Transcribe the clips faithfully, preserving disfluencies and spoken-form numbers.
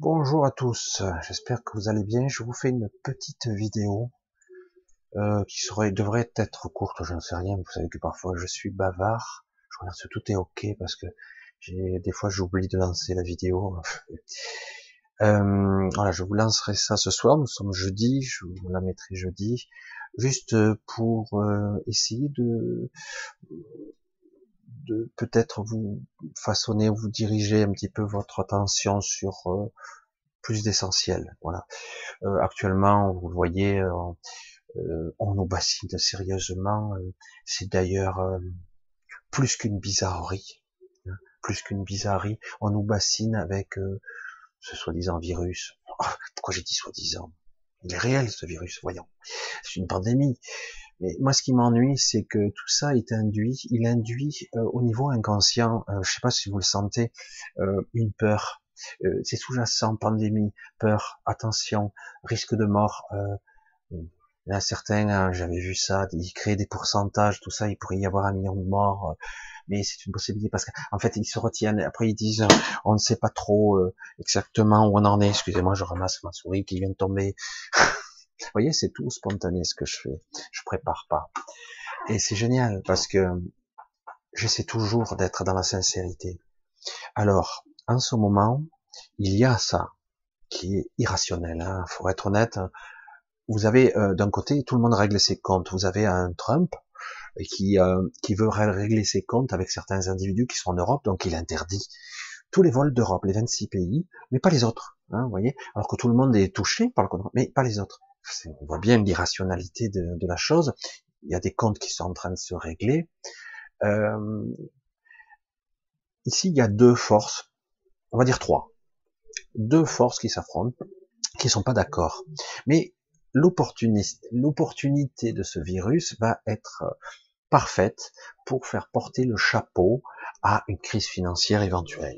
Bonjour à tous, j'espère que vous allez bien. Je vous fais une petite vidéo euh, qui serait, devrait être courte, je ne sais rien. Vous savez que parfois je suis bavard. Je regarde si tout est ok parce que j'ai des fois j'oublie de lancer la vidéo. Euh, voilà, je vous lancerai ça ce soir. Nous sommes jeudi, je vous la mettrai jeudi, juste pour euh, essayer de, de peut-être vous façonner, vous diriger un petit peu votre attention sur euh, plus d'essentiel. Voilà. Euh, actuellement, vous le voyez, euh, euh, on nous bassine sérieusement. euh, c'est d'ailleurs euh, plus qu'une bizarrerie, hein, plus qu'une bizarrerie. On nous bassine avec euh, ce soi-disant virus. Oh, pourquoi j'ai dit soi-disant? Il est réel ce virus, voyons. C'est une pandémie. Mais moi, ce qui m'ennuie, c'est que tout ça est induit. Il induit euh, au niveau inconscient. Euh, je sais pas si vous le sentez, euh, une peur. Euh, c'est sous-jacent, pandémie, peur, attention, risque de mort. Euh, Il y en a certains, hein, j'avais vu ça, ils créent des pourcentages, tout ça, il pourrait y avoir un million de morts, euh, mais c'est une possibilité parce qu'en fait ils se retiennent. Après ils disent, euh, on ne sait pas trop euh, exactement où on en est. Excusez-moi, je ramasse ma souris qui vient de tomber. Vous voyez, c'est tout spontané ce que je fais. Je prépare pas, et c'est génial parce que j'essaie toujours d'être dans la sincérité. Alors, en ce moment, il y a ça qui est irrationnel. Hein, faut être honnête. Vous avez euh, d'un côté tout le monde règle ses comptes. Vous avez un Trump qui euh, qui veut régler ses comptes avec certains individus qui sont en Europe, donc il interdit tous les vols d'Europe, les vingt-six pays, mais pas les autres. Hein, vous voyez, alors que tout le monde est touché par le coronavirus, mais pas les autres. On voit bien l'irrationalité de, de la chose. Il y a des comptes qui sont en train de se régler. Euh, ici, il y a deux forces, on va dire trois, deux forces qui s'affrontent, qui sont pas d'accord. Mais l'opportunité de ce virus va être parfaite pour faire porter le chapeau à une crise financière éventuelle.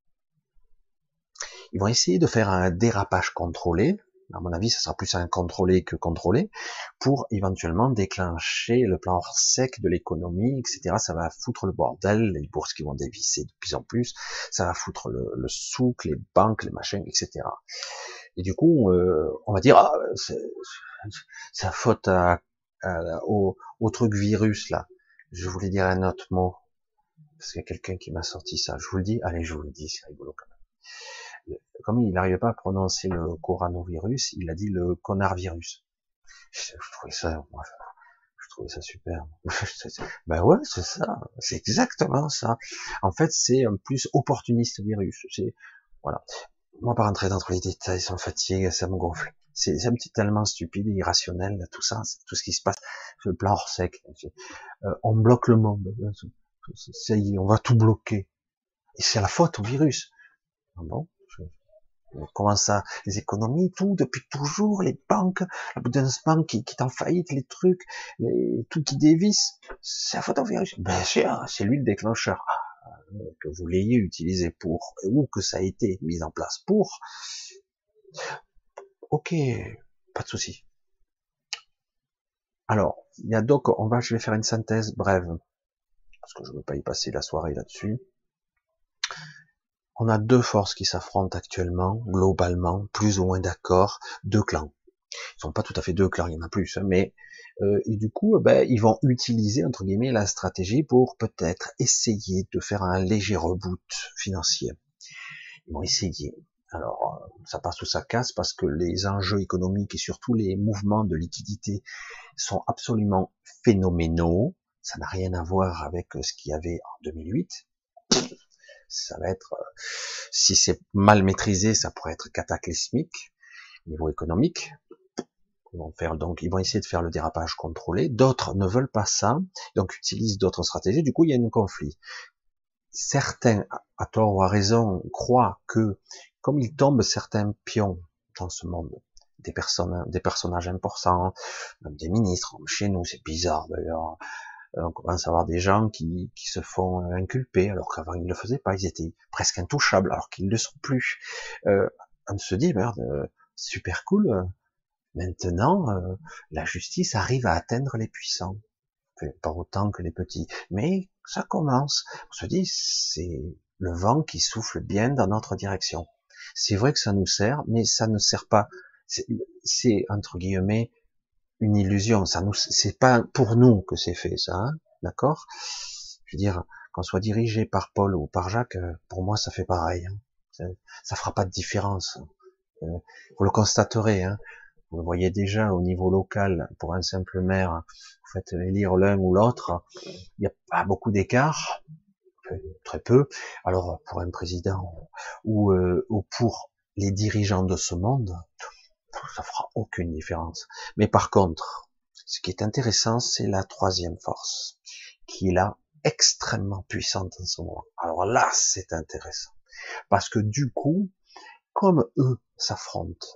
Ils vont essayer de faire un dérapage contrôlé. À mon avis, ça sera plus un contrôlé que contrôlé, pour éventuellement déclencher le plan hors sec de l'économie, et cetera. Ça va foutre le bordel, les bourses qui vont dévisser de plus en plus, ça va foutre le, le souk, les banques, les machins, et cetera. Et du coup, euh, on va dire, ah, c'est la faute à, à, au, au truc virus là. Je voulais dire un autre mot, parce qu'il y a quelqu'un qui m'a sorti ça. Je vous le dis, allez, je vous le dis, c'est rigolo quand même. Comme il n'arrivait pas à prononcer le coronavirus, il a dit le connard virus. Je, je trouvais ça, moi, je trouvais ça super. Ben ouais, c'est ça, c'est exactement ça. En fait, c'est un plus opportuniste virus. C'est, voilà. Moi, pas rentrer dans tous les détails, ça me fatigue, ça me gonfle. C'est un petit tellement stupide et irrationnel, tout ça, tout ce qui se passe, le plan hors sec. Euh, on bloque le monde. Ça y est, on va tout bloquer. Et c'est la faute au virus. Ah bon? Comment ça? Les économies, tout, depuis toujours, les banques, la Bundesbank qui, qui est en faillite, les trucs, les, tout qui dévisse, c'est la faute au virus. Ben, c'est lui le déclencheur. Ah, que vous l'ayez utilisé pour, ou que ça a été mis en place pour, ok, pas de souci. Alors, il y a donc, on va, je vais faire une synthèse brève, parce que je ne veux pas y passer la soirée là-dessus. On a deux forces qui s'affrontent actuellement, globalement, plus ou moins d'accord, deux clans. Ils sont pas tout à fait deux clans, il y en a plus, hein, mais euh, et du coup, ben, ils vont utiliser entre guillemets la stratégie pour peut-être essayer de faire un léger reboot financier. Ils vont essayer. Alors, ça passe ou ça casse parce que les enjeux économiques et surtout les mouvements de liquidité sont absolument phénoménaux. Ça n'a rien à voir avec ce qu'il y avait en deux mille huit. Ça va être, si c'est mal maîtrisé, ça pourrait être cataclysmique au niveau économique. Ils vont faire donc, ils vont essayer de faire le dérapage contrôlé. D'autres ne veulent pas ça, donc utilisent d'autres stratégies. Du coup, il y a un conflit. Certains, à tort ou à raison, croient que, comme il tombe certains pions dans ce monde, des personnes, des personnages importants, même des ministres, chez nous, c'est bizarre d'ailleurs. On commence à avoir des gens qui, qui se font inculper, alors qu'avant ils ne le faisaient pas, ils étaient presque intouchables, alors qu'ils ne le sont plus. Euh, on se dit, merde, super cool, maintenant, euh, la justice arrive à atteindre les puissants. Enfin, pas autant que les petits, mais ça commence. On se dit, c'est le vent qui souffle bien dans notre direction. C'est vrai que ça nous sert, mais ça ne sert pas. C'est entre guillemets une illusion. Ça nous, c'est pas pour nous que c'est fait, ça, hein, d'accord? Je veux dire, qu'on soit dirigé par Paul ou par Jacques, pour moi, ça fait pareil. Hein. Ça, ça fera pas de différence. Euh, vous le constaterez. Hein. Vous le voyez déjà au niveau local. Pour un simple maire, vous faites élire l'un ou l'autre, il n'y a pas beaucoup d'écart, très peu. Alors pour un président ou, euh, ou pour les dirigeants de ce monde, ça fera aucune différence. Mais par contre, ce qui est intéressant, c'est la troisième force, qui est là extrêmement puissante en ce moment. Alors là, c'est intéressant. Parce que du coup, comme eux s'affrontent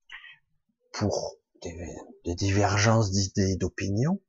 pour des, des divergences d'idées, d'opinions,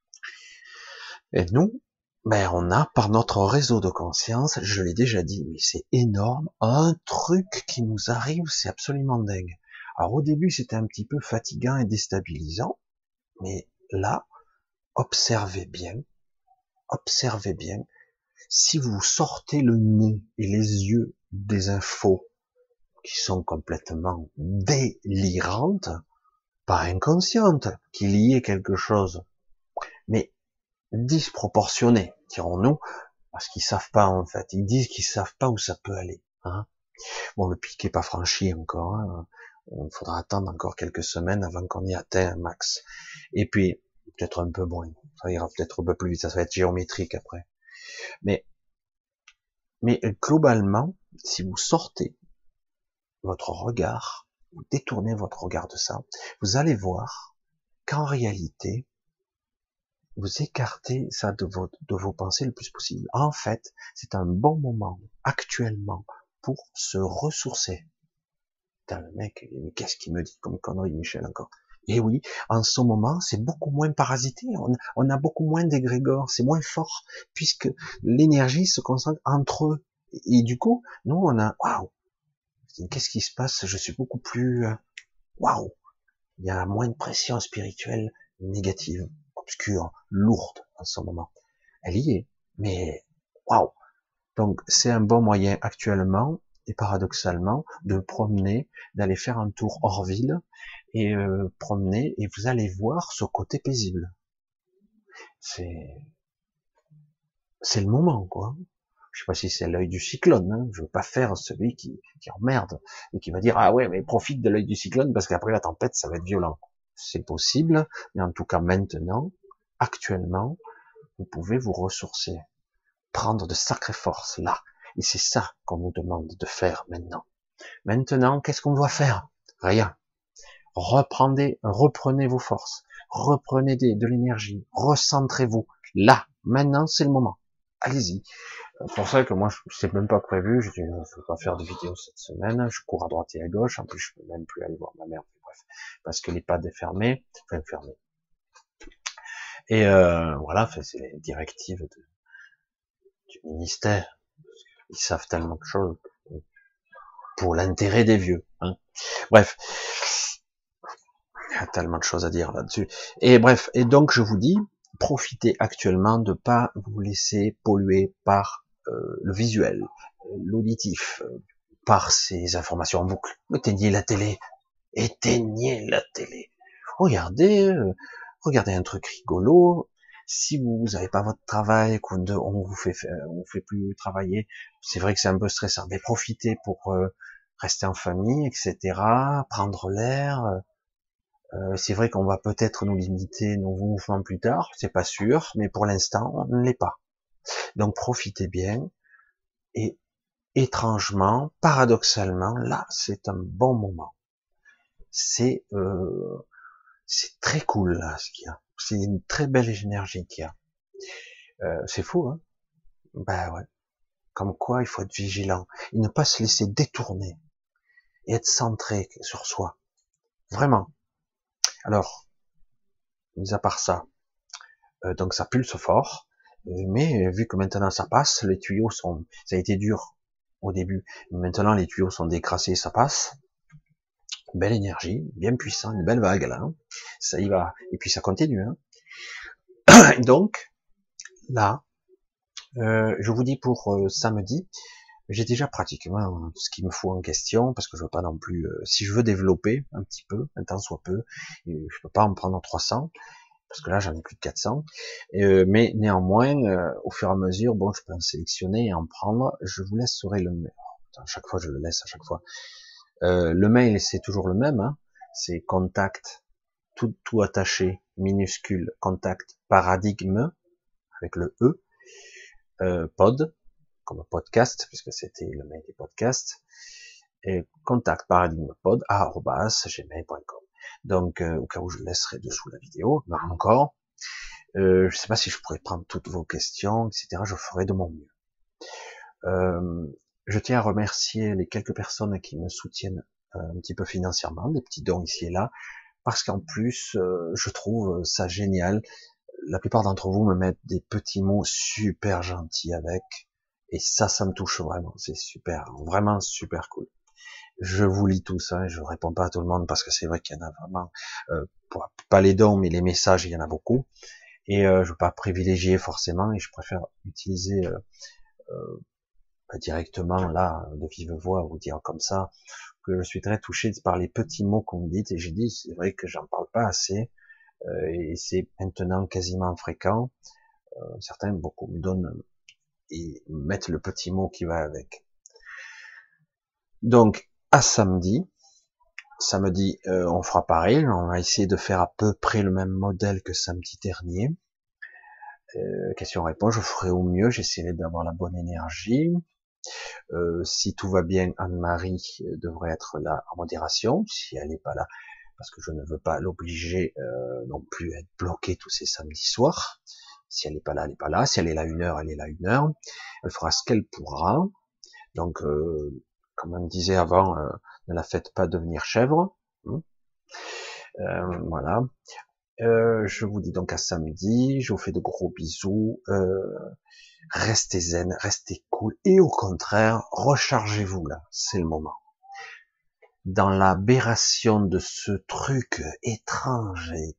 et nous, ben on a par notre réseau de conscience, je l'ai déjà dit, mais c'est énorme, un truc qui nous arrive, c'est absolument dingue. Alors au début, c'était un petit peu fatigant et déstabilisant, mais là, observez bien, observez bien, si vous sortez le nez et les yeux des infos qui sont complètement délirantes, pas inconscientes, qu'il y ait quelque chose, mais disproportionné, dirons-nous, parce qu'ils savent pas en fait, ils disent qu'ils savent pas où ça peut aller. Hein. Bon, le pic est pas franchi encore, hein. Il faudra attendre encore quelques semaines avant qu'on y atteigne un max. Et puis, peut-être un peu moins, ça ira peut-être un peu plus vite, ça va être géométrique après. Mais, mais globalement, si vous sortez votre regard, vous détournez votre regard de ça, vous allez voir qu'en réalité, vous écartez ça de vos, de vos pensées le plus possible. En fait, c'est un bon moment, actuellement, pour se ressourcer. Putain, le mec, mais qu'est-ce qu'il me dit comme connerie, Michel, encore? Et oui, en ce moment, c'est beaucoup moins parasité, on, on a beaucoup moins d'égrégores, c'est moins fort, puisque l'énergie se concentre entre eux. Et, et du coup, nous, on a, waouh, qu'est-ce qui se passe? Je suis beaucoup plus, waouh, il y a moins de pression spirituelle négative, obscure, lourde en ce moment. Elle y est, mais waouh. Donc c'est un bon moyen actuellement et paradoxalement de promener, d'aller faire un tour hors ville et euh, promener et vous allez voir ce côté paisible. C'est c'est le moment quoi. Je sais pas si c'est l'œil du cyclone. Hein. Je veux pas faire celui qui qui emmerde et qui va dire ah ouais mais profite de l'œil du cyclone parce qu'après la tempête ça va être violent. C'est possible, mais en tout cas maintenant, actuellement, vous pouvez vous ressourcer, prendre de sacrées forces là. Et c'est ça qu'on nous demande de faire maintenant. Maintenant, qu'est-ce qu'on doit faire? Rien. Reprenez, reprenez vos forces, reprenez de, de l'énergie, recentrez-vous. Là, maintenant, c'est le moment. Allez-y. C'est pour ça que moi, je sais même pas prévu. Je ne vais pas faire de vidéo cette semaine. Je cours à droite et à gauche. En plus, je peux même plus aller voir ma mère. Bref, parce que l'EHPAD est fermé, enfin fermé. Et euh, voilà, c'est les directives de, du ministère. Ils savent tellement de choses pour l'intérêt des vieux. Hein. Bref, il y a tellement de choses à dire là-dessus. Et bref, et donc je vous dis, profitez actuellement de pas vous laisser polluer par euh, le visuel, l'auditif, euh, par ces informations en boucle. Éteignez la télé, éteignez la télé. Regardez, euh, regardez un truc rigolo. Si vous n'avez pas votre travail, qu'on on vous fait, on vous fait plus travailler, c'est vrai que c'est un peu stressant. Mais profitez pour euh, rester en famille, et cetera. Prendre l'air. Euh, c'est vrai qu'on va peut-être nous limiter nos mouvements plus tard, c'est pas sûr, mais pour l'instant, on ne l'est pas. Donc profitez bien. Et étrangement, paradoxalement, là, c'est un bon moment. C'est euh, c'est très cool là, ce qu'il y a. C'est une très belle énergie qu'il y a. Euh, c'est fou, hein? Bah ouais. Comme quoi, il faut être vigilant et ne pas se laisser détourner et être centré sur soi. Vraiment. Alors, mis à part ça, euh, donc ça pulse fort, mais vu que maintenant ça passe, les tuyaux sont, ça a été dur au début, mais maintenant les tuyaux sont décrassés, ça passe. Belle énergie, bien puissant, une belle vague là. Hein. Ça y va, et puis ça continue. Hein. Donc là, euh, je vous dis pour euh, samedi, J'ai déjà pratiquement ce qu'il me faut en question, parce que je veux pas non plus, euh, si je veux développer un petit peu, un temps soit peu, et je peux pas en prendre trois cents, parce que là j'en ai plus de quatre cents, euh, mais néanmoins, euh, au fur et à mesure, bon, je peux en sélectionner et en prendre, je vous laisserai le mail. À chaque fois, je le laisse à chaque fois. Euh, le mail, c'est toujours le même, hein, c'est contact, tout, tout attaché, minuscule, contact, paradigme, avec le E, euh, pod, comme podcast, puisque c'était le mail des podcasts, et contact paradigmepod, arrobas, gmail point com. Donc, euh, au cas où je laisserai dessous la vidéo, mais encore, euh, je sais pas si je pourrais prendre toutes vos questions, et cetera. Je ferai de mon mieux. Euh, je tiens à remercier les quelques personnes qui me soutiennent euh, un petit peu financièrement, des petits dons ici et là, parce qu'en plus, euh, je trouve ça génial. La plupart d'entre vous me mettent des petits mots super gentils avec, et ça, ça me touche vraiment. C'est super, vraiment super cool. Je vous lis tout ça, et je réponds pas à tout le monde parce que c'est vrai qu'il y en a vraiment, euh, pas les dons, mais les messages, il y en a beaucoup. Et euh, je veux pas privilégier forcément, et je préfère utiliser euh, euh, directement là, de vive voix, vous dire comme ça, que je suis très touché par les petits mots qu'on me dit, et j'ai dit, c'est vrai que j'en parle pas assez, euh, et c'est maintenant quasiment fréquent. Euh, certains, beaucoup me donnent et mettent le petit mot qui va avec. Donc, à samedi, samedi, euh, on fera pareil, on va essayer de faire à peu près le même modèle que samedi dernier. Euh, question-réponse, je ferai au mieux, j'essaierai d'avoir la bonne énergie. Euh, si tout va bien, Anne-Marie devrait être là en modération, si elle n'est pas là, parce que je ne veux pas l'obliger euh, non plus à être bloquée tous ces samedis soirs. Si elle n'est pas là, elle n'est pas là. Si elle est là une heure, elle est là une heure. Elle fera ce qu'elle pourra. Donc, euh, comme on me disait avant, euh, ne la faites pas devenir chèvre. Euh, voilà. Euh, je vous dis donc à samedi. Je vous fais de gros bisous. Euh, restez zen, restez cool. Et au contraire, rechargez-vous là. C'est le moment. Dans l'aberration de ce truc étrange et,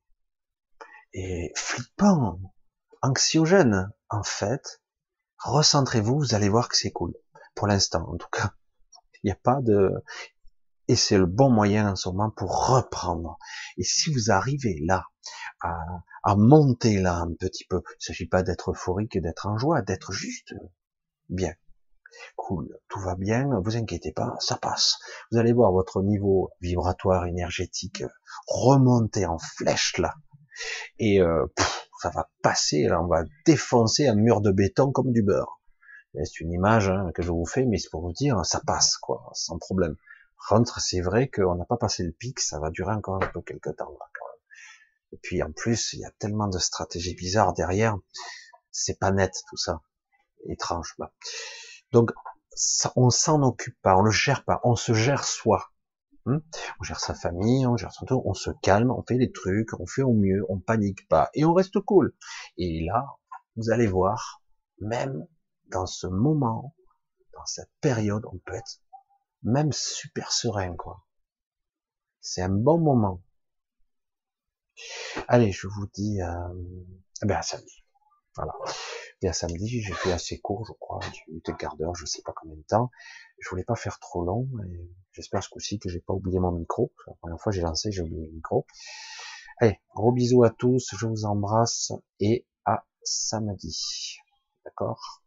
et flippant, anxiogène, en fait, recentrez-vous, vous allez voir que c'est cool. Pour l'instant, en tout cas. Il n'y a pas de, et c'est le bon moyen en ce moment pour reprendre. Et si vous arrivez là, à, à monter là un petit peu, il ne s'agit pas d'être euphorique et d'être en joie, d'être juste bien, cool, tout va bien, vous inquiétez pas, ça passe. Vous allez voir votre niveau vibratoire énergétique remonter en flèche là, et euh, pff, ça va passer, là on va défoncer un mur de béton comme du beurre. C'est une image hein, que je vous fais, mais c'est pour vous dire, ça passe, quoi, sans problème. Par contre, c'est vrai qu'on n'a pas passé le pic, ça va durer encore un peu quelques temps, là, quand même. Et puis, en plus, il y a tellement de stratégies bizarres derrière, c'est pas net, tout ça. Étrange, bah. Donc, ça, on s'en occupe pas, on le gère pas, on se gère soi. Hein, on gère sa famille, on gère son tout, on se calme, on fait des trucs, on fait au mieux, on panique pas, et on reste cool. Et là, vous allez voir, même dans ce moment, dans cette période, on peut être même super serein, quoi. C'est un bon moment. Allez, je vous dis, euh, eh ben, à samedi. Voilà. Et à samedi, j'ai fait assez court, je crois, du quart d'heure, je sais pas combien de temps. Je voulais pas faire trop long, et j'espère ce coup-ci que j'ai pas oublié mon micro. La première fois que j'ai lancé, j'ai oublié le micro. Allez, gros bisous à tous, je vous embrasse, et à samedi. D'accord?